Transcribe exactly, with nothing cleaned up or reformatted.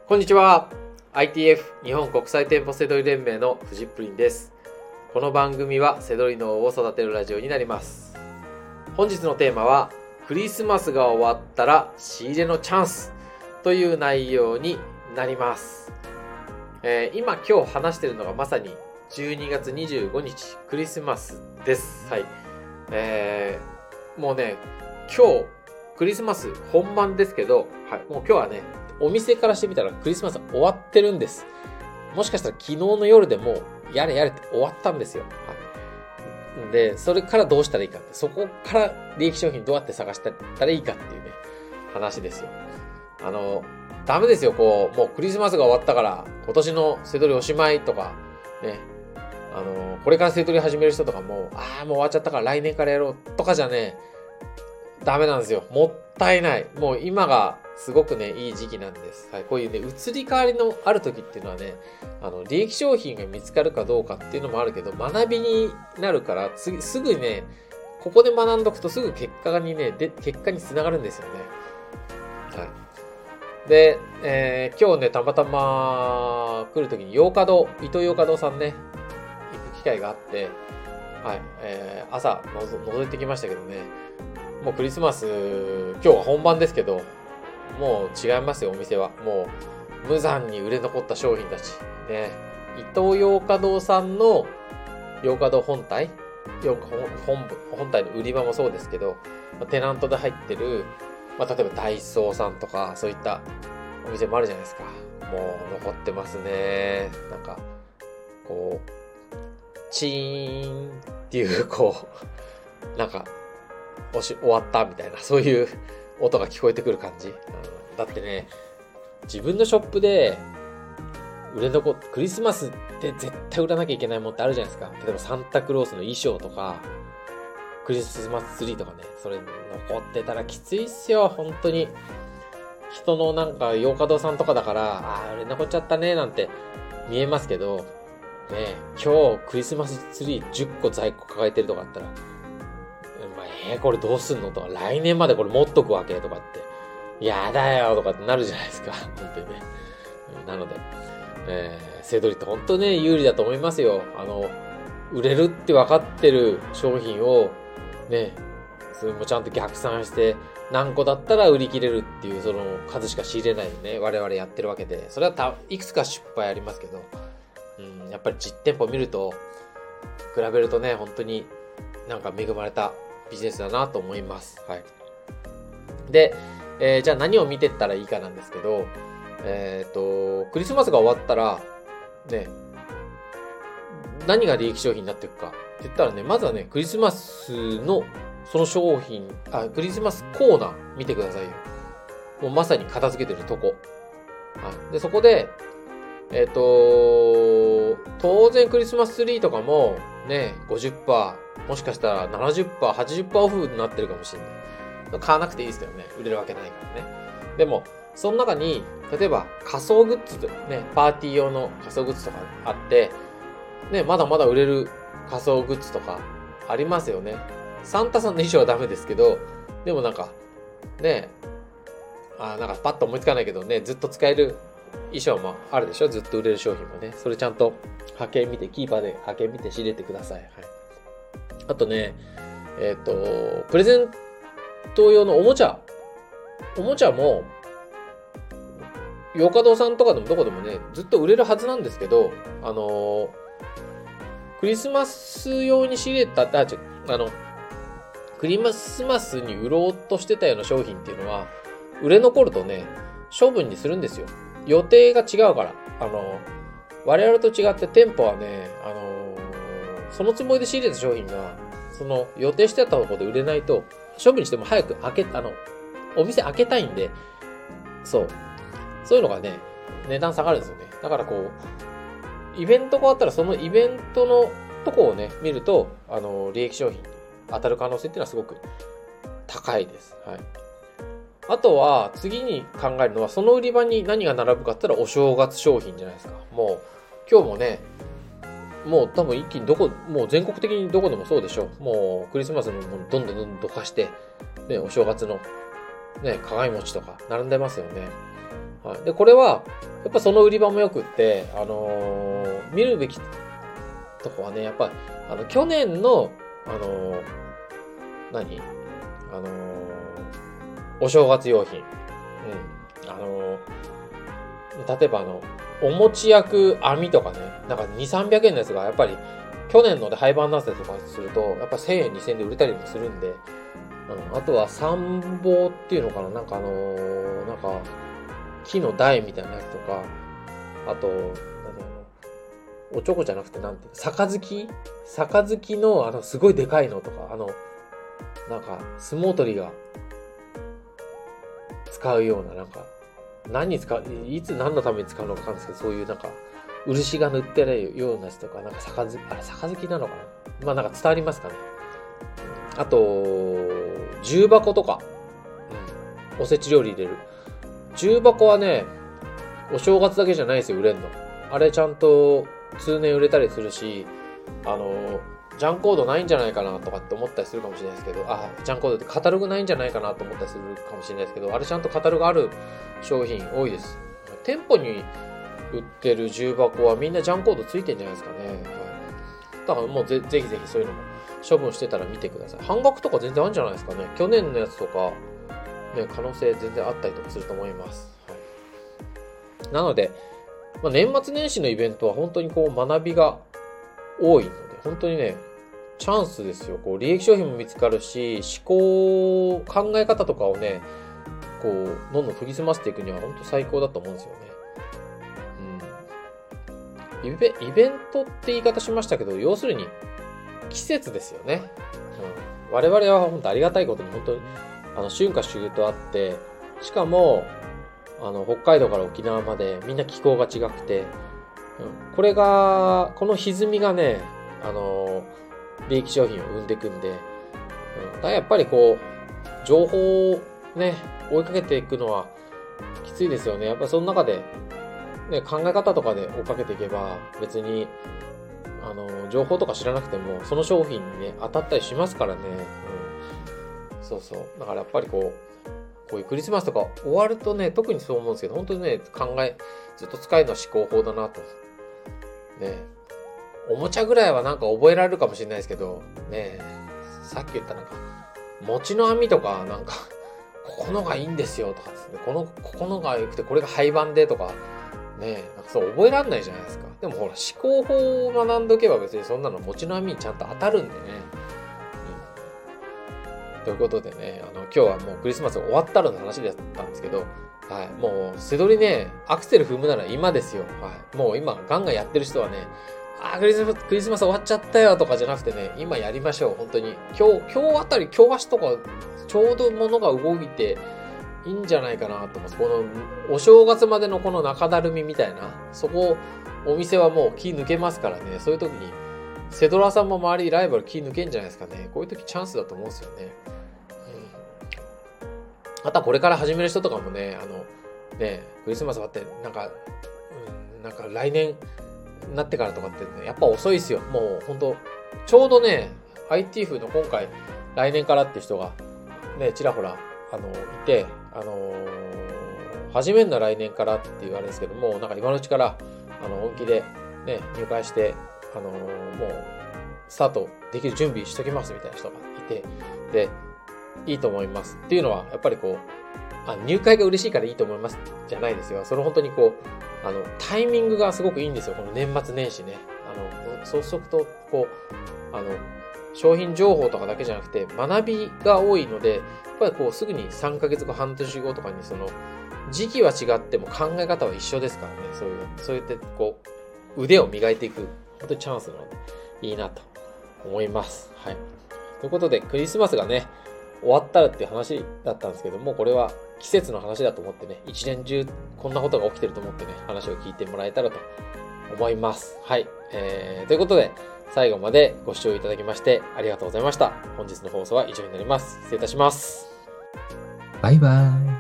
こんにちは。 アイティーエフ 日本国際店舗セドリ連盟のフジップリンです。この番組はセドリ脳を育てるラジオになります。本日のテーマはクリスマスが終わったら仕入れのチャンスという内容になります。えー、今今日話しているのがまさにじゅうにがつにじゅうごにちクリスマスです。はい。えー、もうね今日クリスマス本番ですけど、はい、もう今日はねお店からしてみたらクリスマス終わってるんです。もしかしたら昨日の夜でもうやれやれって終わったんですよ。はい。で、それからどうしたらいいかって、そこから利益商品どうやって探したらいいかっていうね、話ですよ。あの、ダメですよ、こう、もうクリスマスが終わったから、今年のセドリおしまいとか、ね、あの、これからセドリ始める人とかも、ああ、もう終わっちゃったから来年からやろうとかじゃね、ダメなんですよ。もったいない。もう今がすごくね、いい時期なんです。はい。こういうね、移り変わりのある時っていうのはね、あの、利益商品が見つかるかどうかっていうのもあるけど、学びになるから、次、すぐね、ここで学んどくとすぐ結果にね、で、結果につながるんですよね。はい。で、えー、今日ね、たまたま来る時に、洋華堂、伊東洋華堂さんね、行く機会があって、はい、えー、朝のぞ、覗いてきましたけどね、もうクリスマス、今日は本番ですけど、もう違いますよ、お店は。もう、無残に売れ残った商品たち。ね。伊東洋華堂さんの洋華堂本体洋華本部、本体の売り場もそうですけど、テナントで入ってる、まあ、例えばダイソーさんとか、そういったお店もあるじゃないですか。もう残ってますね。なんか、こう、チーンっていう、こう、なんか、おし終わったみたいな、そういう音が聞こえてくる感じ、うん、だってね、自分のショップで売れ残っクリスマスって絶対売らなきゃいけないものってあるじゃないですか。例えばサンタクロースの衣装とかクリスマスツリーとかね、それ残ってたらきついっすよ、本当に。人のなんか洋華堂さんとかだから、ああ売れ残っちゃったねなんて見えますけどね、今日クリスマスツリーじゅっこ在庫抱えてるとかあったら、まあ、えー、これどうすんのとか、来年までこれ持っとくわけとかって、やだよとかってなるじゃないですか。本当にね。なので、えー、セドリって本当ね、有利だと思いますよ。あの、売れるって分かってる商品を、ね、それもちゃんと逆算して、何個だったら売り切れるっていう、その数しか仕入れないでね、我々やってるわけで、それはたいくつか失敗ありますけど、うん、やっぱり実店舗見ると、比べるとね、本当になんか恵まれたビジネスだなと思います。はい。で、えー、じゃあ何を見てったらいいかなんですけど、えっと、クリスマスが終わったら、ね、何が利益商品になっていくかって言ったらね、まずはね、クリスマスのその商品、あ、クリスマスコーナー見てくださいよ。もうまさに片付けてるとこ。はい。で、そこで、えっと、当然クリスマスツリーとかもね、ごじゅっパーセント、もしかしたら ななじゅっパーセント、はちじゅっパーセント オフになってるかもしれない。買わなくていいですけどね。売れるわけないからね。でも、その中に、例えば仮装グッズとね、パーティー用の仮装グッズとかあって、ね、まだまだ売れる仮装グッズとかありますよね。サンタさんの衣装はダメですけど、でもなんか、ね、あ、なんかパッと思いつかないけどね、ずっと使える衣装もあるでしょ。ずっと売れる商品もね。それちゃんと派遣見て、キーパーで派遣見て仕入れてください。はい。あとね、えっと、プレゼント用のおもちゃ。おもちゃも、洋華堂さんとかでもどこでもね、ずっと売れるはずなんですけど、あのー、クリスマス用に仕入れた、あ、ちょ、あの、クリスマスに売ろうとしてたような商品っていうのは、売れ残るとね、処分にするんですよ。予定が違うから。あのー、我々と違って店舗はね、あのー、そのつもりで仕入れた商品が、その予定してたところで売れないと、処分にしても早く開け、あの、お店開けたいんで、そう。そういうのがね、値段下がるんですよね。だからこう、イベントがあったらそのイベントのとこをね、見ると、あの、利益商品に当たる可能性っていうのはすごく高いです。はい。あとは、次に考えるのは、その売り場に何が並ぶかって言ったらお正月商品じゃないですか。もう、今日もね、もう多分一気にどこ、もう全国的にどこでもそうでしょう。もうクリスマスのものどんどんどんどんどかして、ね、お正月のね、鏡餅とか並んでますよね。 はい。で、これは、やっぱその売り場もよくって、あのー、見るべきとこはね、やっぱり、あの、去年の、あのー、何あのー、お正月用品。うん。あのー、例えばあの、お餅焼く網とかね、なんかに、さんびゃくえんのやつが、やっぱり、去年ので廃盤になってたりとかすると、やっぱせんえん、にせんえんで売れたりもするんで、うん、あとは参謀っていうのかな、なんかあのー、なんか、木の台みたいなやつとか、あと、何あの、おちょこじゃなくてなんていうの、杯杯のあの、すごいでかいのとか、あの、なんか、相撲取りが使うような、なんか、何に使う、いつ何のために使うのかわかんないですけど、そういうなんか、漆が塗ってるようなやつとか、なんか杯、あれ、杯なのかな、まあなんか伝わりますかね。あと、重箱とか、うん、おせち料理入れる。重箱はね、お正月だけじゃないですよ、売れんの。あれちゃんと通年売れたりするし、あの、ジャンコードないんじゃないかなとかって思ったりするかもしれないですけど、あ、ジャンコードってカタログないんじゃないかなと思ったりするかもしれないですけど、あれちゃんとカタログある商品多いです。店舗に売ってる重箱はみんなジャンコードついてんじゃないですかね。だからもうぜぜひぜひそういうのも処分してたら見てください。半額とか全然あるんじゃないですかね。去年のやつとか、ね、可能性全然あったりとかすると思います。はい、なので、まあ、年末年始のイベントは本当にこう学びが多いので、本当にね、チャンスですよ。こう利益商品も見つかるし、思考、考え方とかをね、こう、どんどん研ぎ澄ませていくには本当最高だと思うんですよね。うん。イベ、イベントって言い方しましたけど、要するに季節ですよね。うん。我々は本当ありがたいことに本当に、あの、春夏秋冬とあって、しかも、あの、北海道から沖縄までみんな気候が違くて、うん、これが、この歪みがね、あの、利益商品を生んでいくんで、うん、だからやっぱりこう、情報をね、追いかけていくのはきついですよね。やっぱりその中で、ね、考え方とかで追いかけていけば、別に、あの、情報とか知らなくても、その商品にね、当たったりしますからね。うん、そうそう。だからやっぱりこう、こういうクリスマスとか終わるとね、特にそう思うんですけど、本当にね、考え、ずっと使えるのは思考法だなと。ね。おもちゃぐらいはなんか覚えられるかもしれないですけど、ね、さっき言ったなんか、餅の網とか、なんか、ここのがいいんですよとかですね、この、ここのが良くて、これが廃盤でとか、ね、なんかそう覚えられないじゃないですか。でもほら、思考法を学んどけば別にそんなの餅の網にちゃんと当たるんでね。ということでね、あの、今日はもうクリスマス終わったらの話だったんですけど、はい、もう、背取りね、アクセル踏むなら今ですよ。はい。もう今、ガンガンやってる人はね、あークリスマス、クリスマス終わっちゃったよとかじゃなくてね、今やりましょう。本当に。今日、今日あたり、今日明日とか、ちょうど物が動いていいんじゃないかなと思います。この、お正月までのこの中だるみみたいな、そこ、お店はもう気抜けますからね、そういう時に、セドラさんも周りライバル気抜けんじゃないですかね。こういう時チャンスだと思うんですよね。うん、あとはこれから始める人とかもね、あの、ね、クリスマス終わって、なんか、うん、なんか来年、なってからとかってね、やっぱ遅いですよ。もう本当ちょうどね、アイティー 風の今回、来年からって人が、ね、ちらほら、あの、いて、あのー、始めんな来年からって言われるんですけども、なんか今のうちから、あの、本気で、ね、入会して、あのー、もう、スタートできる準備しときますみたいな人がいて、で、いいと思います。っていうのは、やっぱりこう、あ、入会が嬉しいからいいと思いますじゃないですよ。その本当にこう、あの、タイミングがすごくいいんですよ。この年末年始ね。あの、そうすると、こう、あの、商品情報とかだけじゃなくて、学びが多いので、やっぱりこう、すぐにさんかげつご、半年後とかに、その、時期は違っても考え方は一緒ですからね。そういう、そうやって、こう、腕を磨いていく、本当にチャンスなので、いいなと思います。はい。ということで、クリスマスがね、終わったらっていう話だったんですけども、これは季節の話だと思ってね、一年中こんなことが起きてると思ってね、話を聞いてもらえたらと思います。はい。えー、ということで、最後までご視聴いただきましてありがとうございました。本日の放送は以上になります。失礼いたします。 バイバイ。